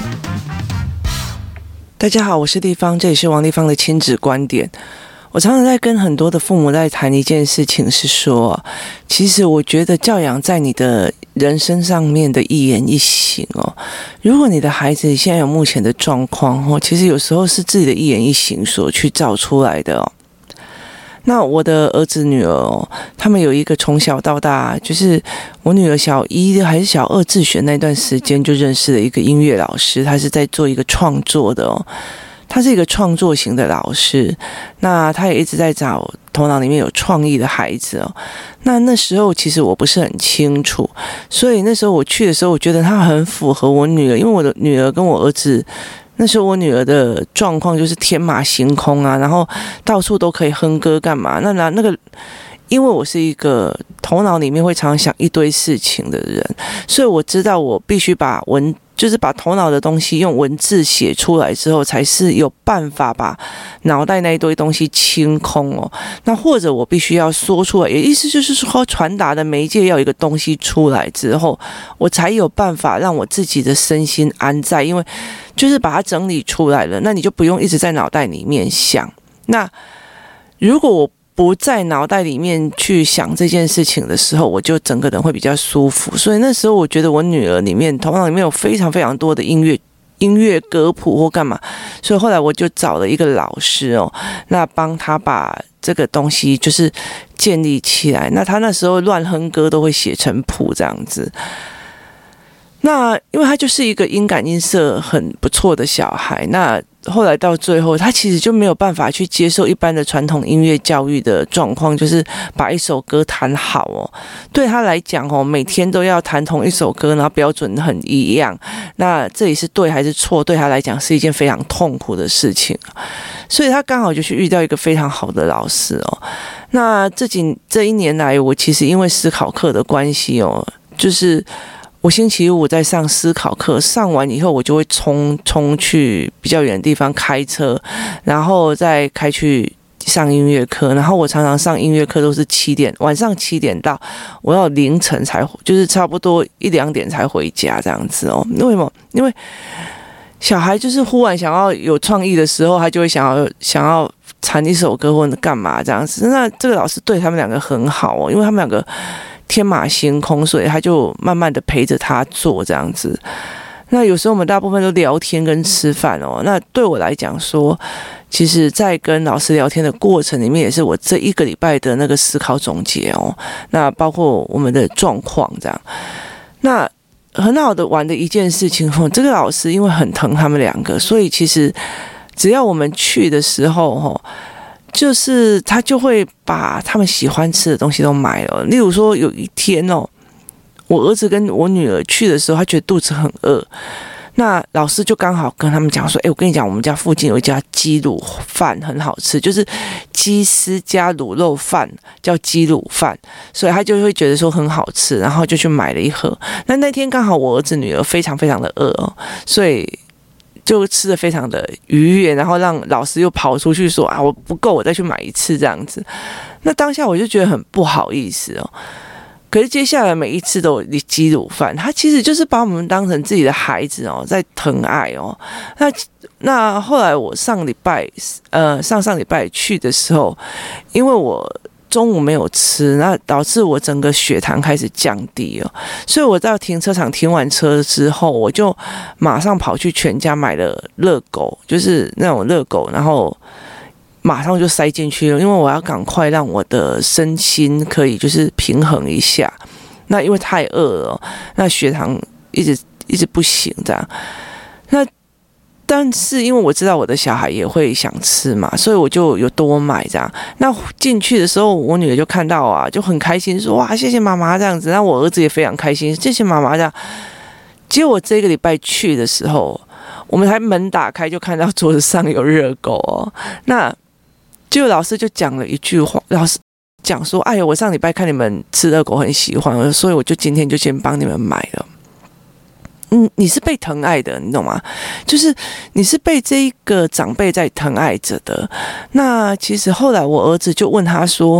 大家好，我是立方，这里是王立方的亲子观点。我常常在跟很多的父母在谈一件事情，是说，其实我觉得教养在你的人生上面的一言一行哦。如果你的孩子现在有目前的状况哦，其实有时候是自己的一言一行所去造出来的哦。那我的儿子女儿哦，他们有一个从小到大，就是我女儿小一还是小二自学那段时间就认识了一个音乐老师，他是在做一个创作的哦。他是一个创作型的老师，那他也一直在找头脑里面有创意的孩子哦。那时候其实我不是很清楚，所以那时候我去的时候，我觉得他很符合我女儿，因为我的女儿跟我儿子。那时候我女儿的状况就是天马行空啊，然后到处都可以哼歌干嘛？那个，因为我是一个头脑里面会常常想一堆事情的人，所以我知道我必须就是把头脑的东西用文字写出来之后，才是有办法把脑袋那一堆东西清空哦。那或者我必须要说出来，也意思就是说，传达的媒介要有一个东西出来之后，我才有办法让我自己的身心安在，因为就是把它整理出来了，那你就不用一直在脑袋里面想。那如果我不在脑袋里面去想这件事情的时候，我就整个人会比较舒服。所以那时候我觉得我女儿里面头脑里面有非常非常多的音乐歌谱或干嘛，所以后来我就找了一个老师哦，那帮他把这个东西就是建立起来。那他那时候乱哼歌都会写成谱这样子。那因为他就是一个音感音色很不错的小孩，那后来到最后他其实就没有办法去接受一般的传统音乐教育的状况，就是把一首歌弹好哦。对他来讲哦，每天都要弹同一首歌，然后标准很一样，那这里是对还是错，对他来讲是一件非常痛苦的事情。所以他刚好就去遇到一个非常好的老师哦。那这一年来，我其实因为思考课的关系哦，就是我星期五在上思考课，上完以后我就会冲去比较远的地方开车，然后再开去上音乐课。然后我常常上音乐课都是晚上7点到，我要凌晨就是差不多1-2点才回家这样子哦。为什么？因为小孩就是忽然想要有创意的时候，他就会想要弹一首歌或者干嘛这样子。那这个老师对他们两个很好哦，因为他们两个天马行空，所以他就慢慢的陪着他做这样子。那有时候我们大部分都聊天跟吃饭哦。那对我来讲说，其实在跟老师聊天的过程里面，也是我这一个礼拜的那个思考总结哦。那包括我们的状况这样。那很好的玩的一件事情哦，这个老师因为很疼他们两个，所以其实只要我们去的时候哦，就是他就会把他们喜欢吃的东西都买了。例如说有一天哦，我儿子跟我女儿去的时候，他觉得肚子很饿，那老师就刚好跟他们讲说，我跟你讲，我们家附近有一家鸡卤饭很好吃，就是鸡丝加卤肉饭，叫鸡卤饭，所以他就会觉得说很好吃，然后就去买了一盒。那天刚好我儿子女儿非常非常的饿哦，所以就吃得非常的愉悦，然后让老师又跑出去说我不够，我再去买一次这样子。那当下我就觉得很不好意思哦。可是接下来每一次都有鸡卤饭，他其实就是把我们当成自己的孩子哦，在疼爱哦。那后来我上礼拜去的时候，因为我中午没有吃，那导致我整个血糖开始降低哦，所以我到停车场停完车之后，我就马上跑去全家买了热狗，就是那种热狗，然后马上就塞进去了，因为我要赶快让我的身心可以就是平衡一下。那因为太饿了，那血糖一直不行这样。但是因为我知道我的小孩也会想吃嘛，所以我就有多买这样。那进去的时候，我女儿就看到就很开心说哇，谢谢妈妈这样子。那我儿子也非常开心，谢谢妈妈这样。结果我这个礼拜去的时候，我们才门打开就看到桌子上有热狗哦。那结果老师就讲了一句话，老师讲说，哎呀，我上礼拜看你们吃热狗很喜欢，所以我就今天就先帮你们买了。你是被疼爱的，你懂吗？就是你是被这一个长辈在疼爱着的。那其实后来我儿子就问他说，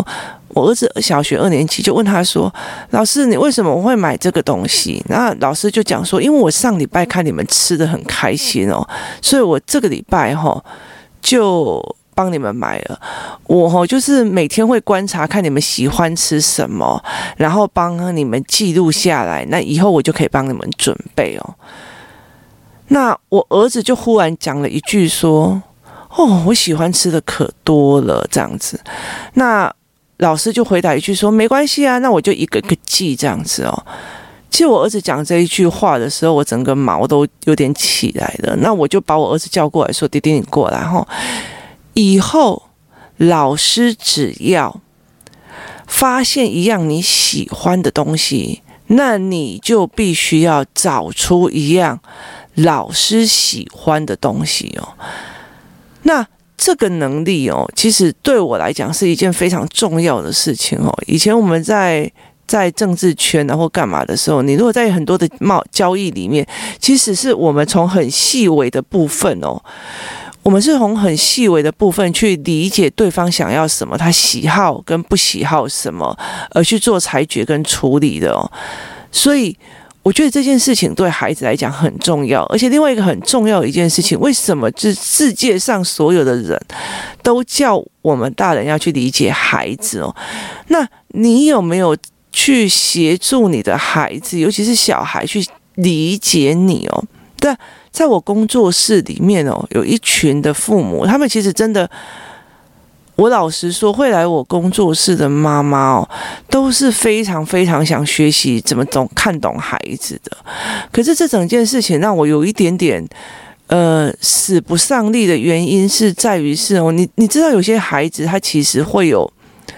我儿子小学2年级就问他说：“老师，你为什么会买这个东西？”那老师就讲说：“因为我上礼拜看你们吃得很开心哦，所以我这个礼拜就帮你们买了。我就是每天会观察看你们喜欢吃什么，然后帮你们记录下来，那以后我就可以帮你们准备哦。”那我儿子就忽然讲了一句说：“哦，我喜欢吃的可多了，这样子。”那老师就回答一句说：“没关系啊，那我就一个一个记这样子哦。”其实我儿子讲这一句话的时候，我整个毛都有点起来了。那我就把我儿子叫过来说：“弟弟，你过来哈，以后老师只要发现一样你喜欢的东西，那你就必须要找出一样老师喜欢的东西哦。那这个能力哦，其实对我来讲是一件非常重要的事情哦。以前我们在政治圈啊或干嘛的时候，你如果在很多的交易里面，其实是我们从很细微的部分哦，我们是从很细微的部分去理解对方想要什么，他喜好跟不喜好什么，而去做裁决跟处理的哦。所以我觉得这件事情对孩子来讲很重要，而且另外一个很重要的一件事情，为什么这世界上所有的人都叫我们大人要去理解孩子哦？那你有没有去协助你的孩子，尤其是小孩去理解你哦？在我工作室里面哦，有一群的父母，他们其实真的，我老实说，会来我工作室的妈妈哦，都是非常非常想学习怎么看懂孩子的。可是这整件事情让我有一点点使不上力的原因是在于是哦，你知道有些孩子他其实会有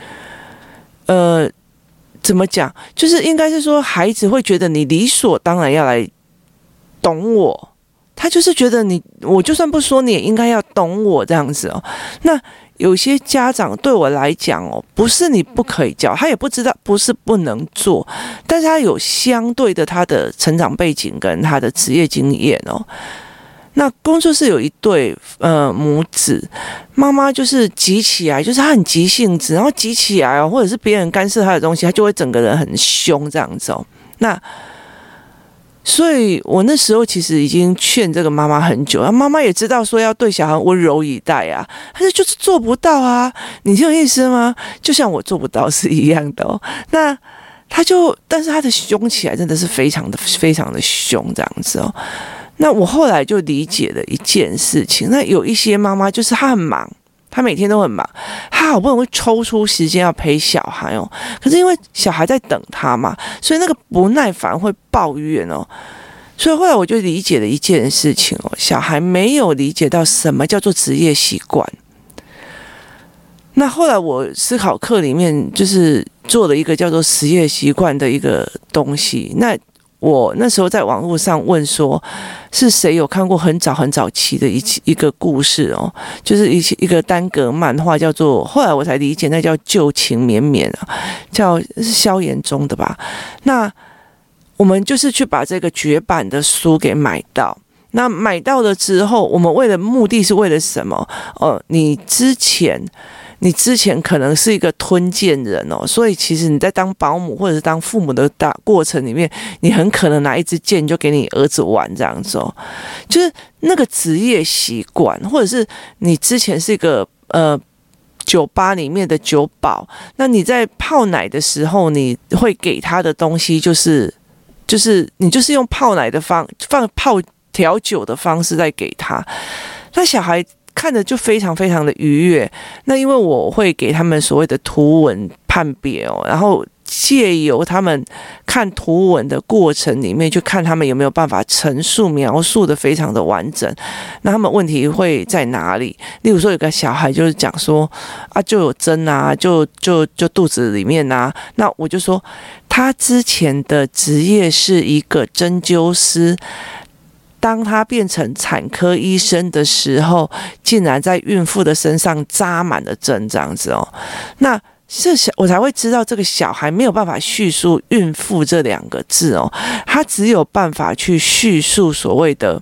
怎么讲，就是应该是说孩子会觉得你理所当然要来懂我。他就是觉得我就算不说，你也应该要懂我这样子哦。那有些家长对我来讲哦，不是你不可以教，他也不知道不是不能做，但是他有相对的他的成长背景跟他的职业经验哦。那工作室有一对母子，妈妈就是急起来，就是他很急性子，然后急起来哦，或者是别人干涉他的东西，他就会整个人很凶这样子哦。那所以我那时候其实已经劝这个妈妈很久，妈妈也知道说要对小孩温柔以待啊，但是就是做不到啊，你听有意思吗？就像我做不到是一样的哦。那但是他的凶起来真的是非常的非常的凶这样子哦。那我后来就理解了一件事情，那有一些妈妈就是她很忙，她每天都很忙，她好不容易抽出时间要陪小孩哦，可是因为小孩在等她嘛，所以那个不耐烦会抱怨哦。所以后来我就理解了一件事情哦，小孩没有理解到什么叫做职业习惯。那后来我思考课里面就是做了一个叫做实业习惯的一个东西。那我那时候在网络上问说，是谁有看过很早很早期的一个故事哦，就是一个单格漫画，叫做，后来我才理解那叫旧情绵绵啊，是萧炎中的吧。那我们就是去把这个绝版的书给买到。那买到了之后，我们目的是为了什么？你之前可能是一个吞剑人哦，所以其实你在当保姆或者是当父母的过程里面，你很可能拿一支剑就给你儿子玩这样子哦，就是那个职业习惯，或者是你之前是一个酒吧里面的酒保，那你在泡奶的时候，你会给他的东西就是你就是用泡奶的泡调酒的方式在给他，那小孩看着就非常非常的愉悦。那因为我会给他们所谓的图文判别哦，然后借由他们看图文的过程里面，去看他们有没有办法陈述描述的非常的完整。那他们问题会在哪里？例如说有个小孩就是讲说啊，就有针啊，就肚子里面啊，那我就说他之前的职业是一个针灸师。当他变成产科医生的时候，竟然在孕妇的身上扎满了针，这样子哦。那我才会知道这个小孩没有办法叙述孕妇这2个字哦，他只有办法去叙述所谓的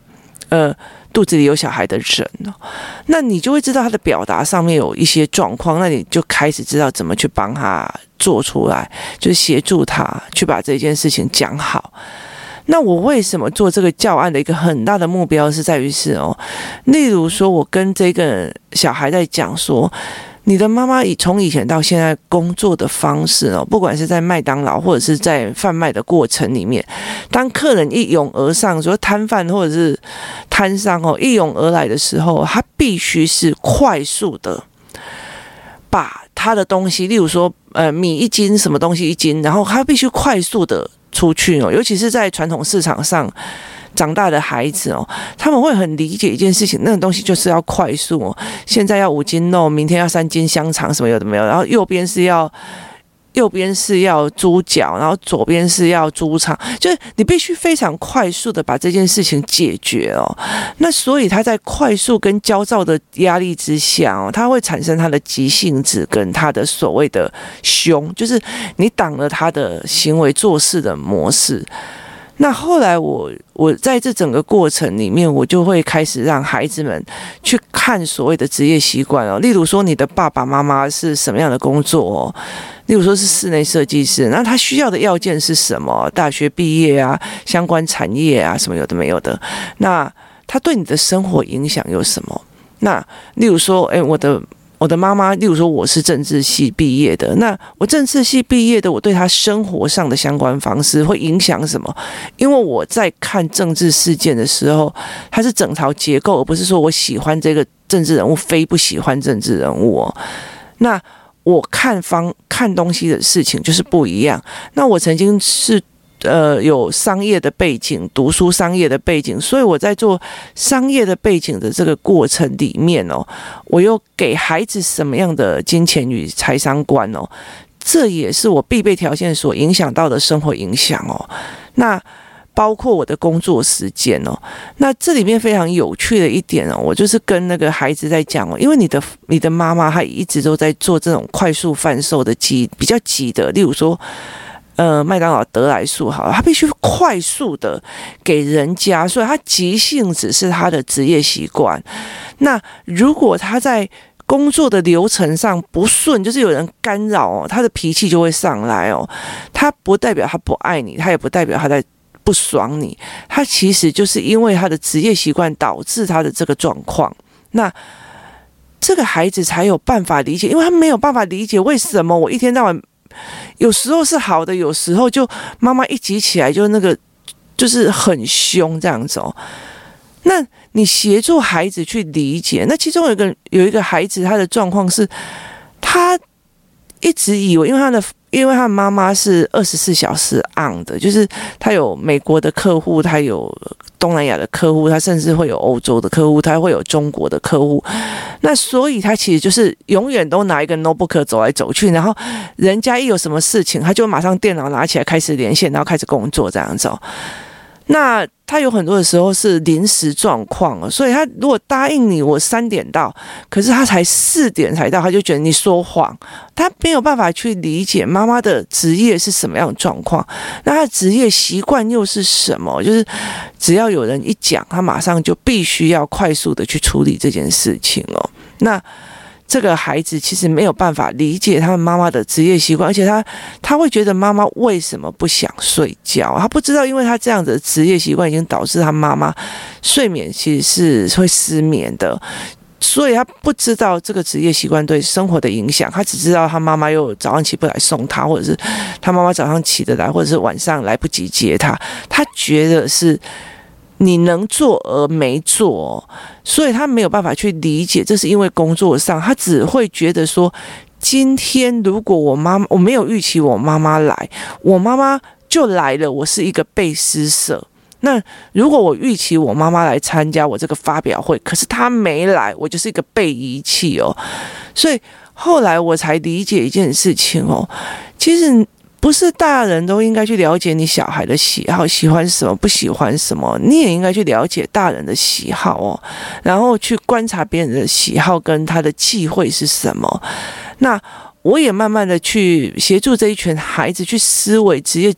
肚子里有小孩的人哦，那你就会知道他的表达上面有一些状况，那你就开始知道怎么去帮他做出来，就是协助他去把这件事情讲好。那我为什么做这个教案的一个很大的目标是在于例如说我跟这个小孩在讲说，你的妈妈从以前到现在工作的方式不管是在麦当劳或者是在贩卖的过程里面，当客人一涌而上，说摊贩或者是摊商一涌而来的时候，他必须是快速的把他的东西，例如说米1斤，什么东西1斤，然后他必须快速的出去尤其是在传统市场上长大的孩子他们会很理解一件事情，那个东西就是要快速现在要5斤肉，明天要3斤香肠，什么有的没有，然后右边是要猪脚，然后左边是要猪肠，就是你必须非常快速的把这件事情解决那所以他在快速跟焦躁的压力之下他会产生他的急性子跟他的所谓的凶，就是你挡了他的行为做事的模式。那后来我在这整个过程里面，我就会开始让孩子们去看所谓的职业习惯例如说你的爸爸妈妈是什么样的工作例如说是室内设计师，那他需要的要件是什么？大学毕业啊，相关产业啊，什么有的没有的。那他对你的生活影响有什么？那例如说，我的妈妈，例如说我是政治系毕业的，那我政治系毕业的，我对她生活上的相关方式会影响什么？因为我在看政治事件的时候，它是整条结构，而不是说我喜欢这个政治人物，非不喜欢政治人物那我看东西的事情就是不一样。那我曾经是有商业的背景，读书商业的背景，所以我在做商业的背景的这个过程里面我又给孩子什么样的金钱与财商观这也是我必备条件所影响到的生活影响那包括我的工作时间那这里面非常有趣的一点我就是跟那个孩子在讲因为你的妈妈她一直都在做这种快速贩售的比较急的，例如说麦当劳得来速好了，他必须快速的给人家，所以他急性子是他的职业习惯。那如果他在工作的流程上不顺，就是有人干扰他的脾气就会上来他不代表他不爱你，他也不代表他在不爽你，他其实就是因为他的职业习惯导致他的这个状况。那这个孩子才有办法理解，因为他没有办法理解为什么我一天到晚有时候是好的，有时候就妈妈一急起来就就是很凶这样子那你协助孩子去理解，那其中有一个孩子他的状况是，他一直以为因为他的妈妈是24小时 on 的，就是他有美国的客户，他有东南亚的客户，他甚至会有欧洲的客户，他会有中国的客户。那所以他其实就是永远都拿一个 notebook 走来走去，然后人家一有什么事情，他就马上电脑拿起来开始连线，然后开始工作这样子那他有很多的时候是临时状况所以他如果答应你我3点到，可是他才4点才到，他就觉得你说谎，他没有办法去理解妈妈的职业是什么样的状况，那他的职业习惯又是什么，就是只要有人一讲，他马上就必须要快速的去处理这件事情那这个孩子其实没有办法理解他们妈妈的职业习惯，而且他会觉得妈妈为什么不想睡觉，他不知道因为他这样的职业习惯已经导致他妈妈睡眠其实是会失眠的，所以他不知道这个职业习惯对生活的影响，他只知道他妈妈又早上起不来送他，或者是他妈妈早上起得来，或者是晚上来不及接他，他觉得是你能做而没做所以他没有办法去理解，这是因为工作上他只会觉得说，今天如果我没有预期我妈妈来，我妈妈就来了，我是一个被施舍。那如果我预期我妈妈来参加我这个发表会，可是她没来，我就是一个被遗弃所以后来我才理解一件事情其实不是大人都应该去了解你小孩的喜好，喜欢什么不喜欢什么，你也应该去了解大人的喜好然后去观察别人的喜好跟他的忌讳是什么。那我也慢慢的去协助这一群孩子去思维职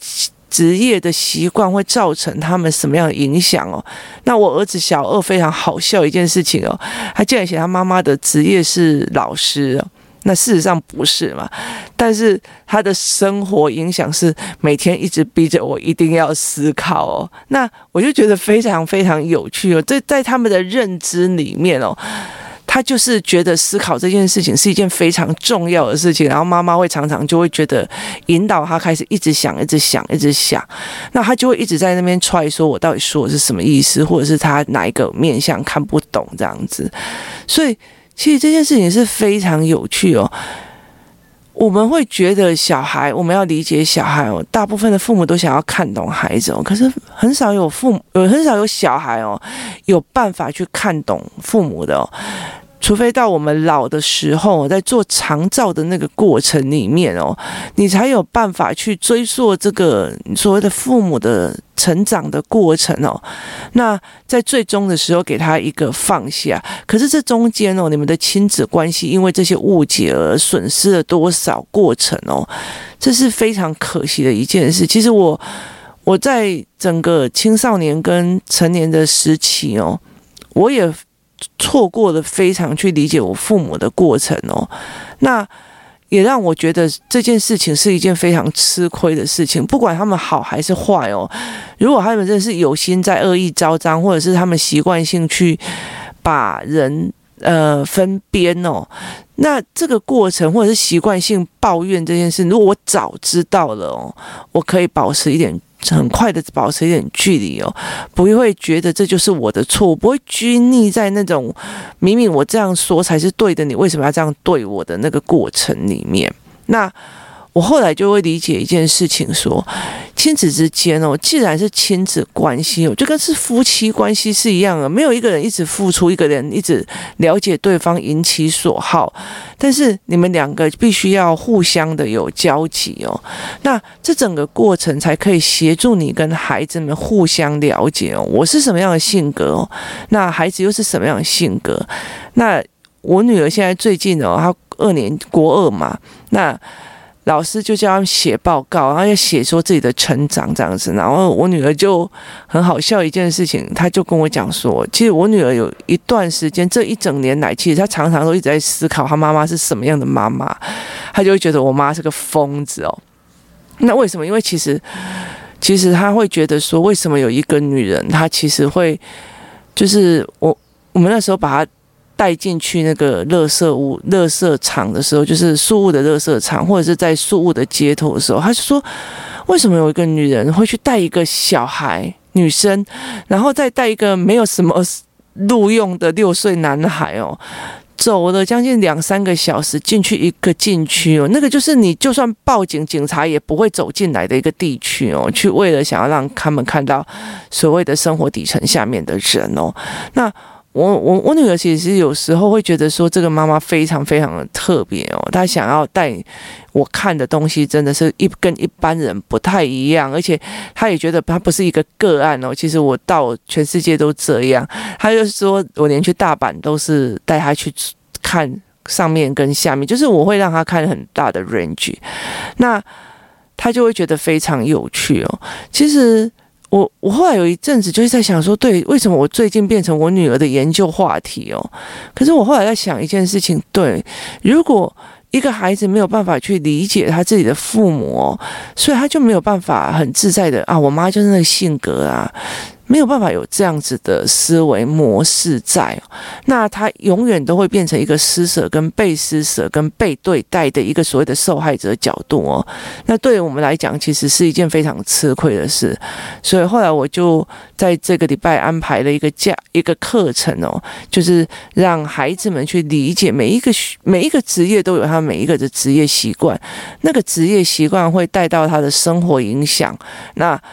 职业的习惯会造成他们什么样的影响哦？那我儿子小二非常好笑一件事情哦，他竟然写他妈妈的职业是老师哦。那事实上不是嘛，但是他的生活影响是每天一直逼着我一定要思考哦。那我就觉得非常非常有趣哦，在他们的认知里面哦，他就是觉得思考这件事情是一件非常重要的事情，然后妈妈会常常就会觉得引导他开始一直想，那他就会一直在那边揣说我到底说的是什么意思，或者是他哪一个面向看不懂这样子，所以。其实这件事情是非常有趣哦。我们会觉得小孩，我们要理解小孩哦。大部分的父母都想要看懂孩子哦，可是很少有小孩哦有办法去看懂父母的哦。除非到我们老的时候，在做长照的那个过程里面哦，你才有办法去追溯这个所谓的父母的成长的过程哦。那在最终的时候给他一个放下，可是这中间哦，你们的亲子关系因为这些误解而损失了多少过程哦，这是非常可惜的一件事。其实我在整个青少年跟成年的时期哦，我也错过了非常去理解我父母的过程哦，那也让我觉得这件事情是一件非常吃亏的事情。不管他们好还是坏哦，如果他们真的是有心在恶意招彰，或者是他们习惯性去把人分边哦，那这个过程或者是习惯性抱怨这件事，如果我早知道了哦，我可以很快的保持一点距离哦，不会觉得这就是我的错，我不会拘泥在那种明明我这样说才是对的，你为什么要这样对我的那个过程里面。那我后来就会理解一件事情说，亲子之间哦，既然是亲子关系哦，就跟是夫妻关系是一样的，没有一个人一直付出，一个人一直了解对方，引其所好，但是你们两个必须要互相的有交集哦，那这整个过程才可以协助你跟孩子们互相了解哦，我是什么样的性格哦，那孩子又是什么样的性格。那我女儿现在最近哦，她国2嘛，那老师就叫他们写报告，然后要写说自己的成长这样子。然后我女儿就很好笑一件事情，她就跟我讲说，其实我女儿有一段时间，这一整年来，其实她常常都一直在思考她妈妈是什么样的妈妈，她就会觉得我妈是个疯子哦。那为什么？因为其实她会觉得说，为什么有一个女人，她其实会就是我们那时候把她带进去那个垃圾场的时候，就是树屋的垃圾场，或者是在树屋的街头的时候，他就说，为什么有一个女人会去带一个小孩女生，然后再带一个没有什么路用的6岁男孩哦，走了将近2-3个小时进去一个禁区哦，那个就是你就算报警，警察也不会走进来的一个地区哦，去为了想要让他们看到所谓的生活底层下面的人哦，那。我女儿其实有时候会觉得说，这个妈妈非常非常的特别哦，她想要带我看的东西真的是跟一般人不太一样，而且她也觉得她不是一个个案哦，其实我到全世界都这样。她就说我连去大阪都是带她去看上面跟下面，就是我会让她看很大的 range， 那她就会觉得非常有趣哦。其实。我后来有一阵子就是在想说，对，为什么我最近变成我女儿的研究话题哦？可是我后来在想一件事情，对，如果一个孩子没有办法去理解他自己的父母哦，所以他就没有办法很自在的啊，我妈就是那个性格啊。没有办法有这样子的思维模式在，那他永远都会变成一个施舍跟被施舍跟被对待的一个所谓的受害者角度哦。那对于我们来讲，其实是一件非常吃亏的事。所以后来我就在这个礼拜安排了一个课程哦，就是让孩子们去理解每一个职业都有他每一个的职业习惯，那个职业习惯会带到他的生活影响。那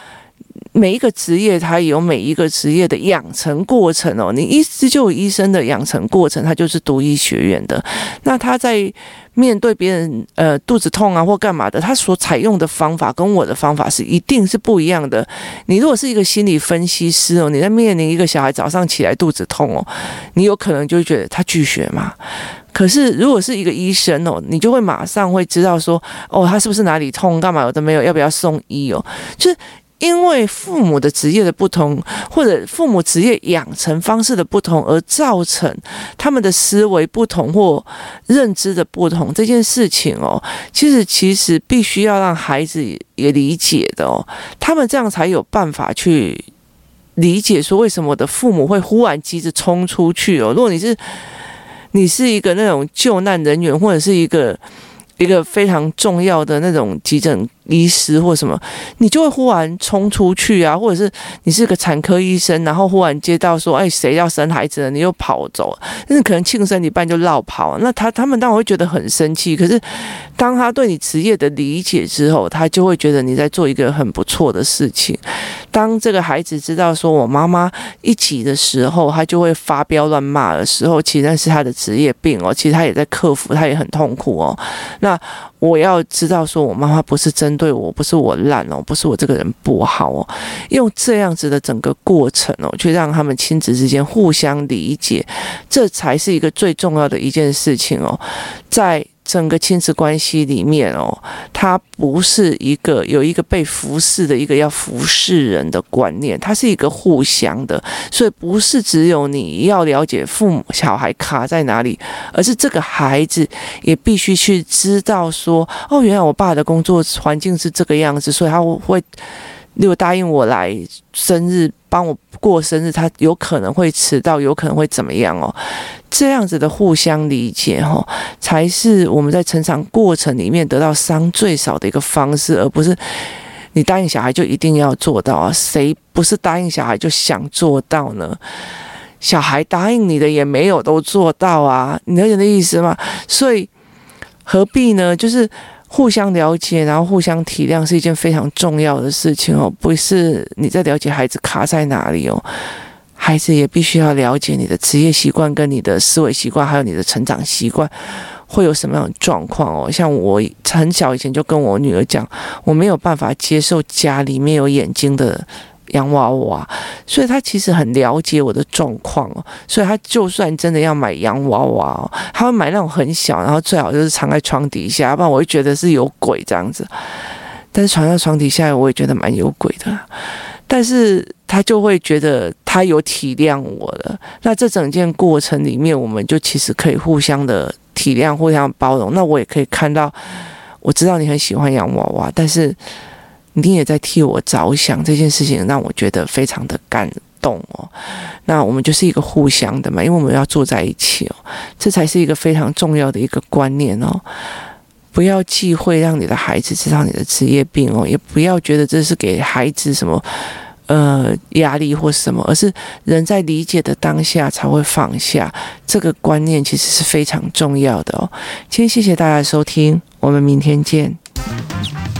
每一个职业它有每一个职业的养成过程哦，你医师就有医生的养成过程，他就是读医学院的，那他在面对别人肚子痛啊或干嘛的，他所采用的方法跟我的方法是一定是不一样的。你如果是一个心理分析师哦，你在面临一个小孩早上起来肚子痛哦，你有可能就会觉得他拒绝嘛。可是如果是一个医生哦，你就会马上会知道说，哦，他是不是哪里痛，干嘛有的没有，要不要送医哦，就是。因为父母的职业的不同，或者父母职业养成方式的不同，而造成他们的思维不同或认知的不同，这件事情哦，其实必须要让孩子也理解的哦，他们这样才有办法去理解说为什么我的父母会忽然急着冲出去哦。如果你是一个那种救难人员，或者是一个非常重要的那种急诊医师或什么，你就会忽然冲出去啊，或者是你是个产科医生，然后忽然接到说，谁要生孩子了，你又跑走了，但是可能庆生一半就落跑，那他们当然会觉得很生气。可是当他对你职业的理解之后，他就会觉得你在做一个很不错的事情。当这个孩子知道说我妈妈一急的时候，他就会发飙乱骂的时候，其实那是他的职业病哦，其实他也在克服，他也很痛苦哦。那我要知道说我妈妈不是针对我，不是我烂哦，不是我这个人不好哦，用这样子的整个过程哦，去让他们亲子之间互相理解，这才是一个最重要的一件事情哦。在整个亲子关系里面哦，它不是有一个被服侍的一个要服侍人的观念，它是一个互相的，所以不是只有你要了解父母小孩卡在哪里，而是这个孩子也必须去知道说，哦，原来我爸的工作环境是这个样子，所以他会如果答应我来生日帮我过生日，他有可能会迟到，有可能会怎么样哦。这样子的互相理解哦，才是我们在成长过程里面得到伤最少的一个方式，而不是你答应小孩就一定要做到啊。谁不是答应小孩就想做到呢？小孩答应你的也没有都做到啊，你了解的意思吗？所以何必呢？就是互相了解，然后互相体谅是一件非常重要的事情哦，不是你在了解孩子卡在哪里哦。孩子也必须要了解你的职业习惯、跟你的思维习惯，还有你的成长习惯会有什么样的状况哦。像我很小以前就跟我女儿讲，我没有办法接受家里面有眼睛的洋娃娃，所以她其实很了解我的状况哦。所以她就算真的要买洋娃娃哦，她会买那种很小，然后最好就是藏在床底下，要不然我会觉得是有鬼这样子。但是藏在床底下，我也觉得蛮有鬼的。但是他就会觉得他有体谅我了，那这整件过程里面，我们就其实可以互相的体谅，互相包容。那我也可以看到，我知道你很喜欢洋娃娃，但是你也在替我着想，这件事情让我觉得非常的感动哦。那我们就是一个互相的嘛，因为我们要坐在一起哦，这才是一个非常重要的一个观念哦。不要忌讳让你的孩子知道你的职业病哦，也不要觉得这是给孩子什么压力或什么，而是人在理解的当下才会放下，这个观念其实是非常重要的哦。今天谢谢大家的收听，我们明天见。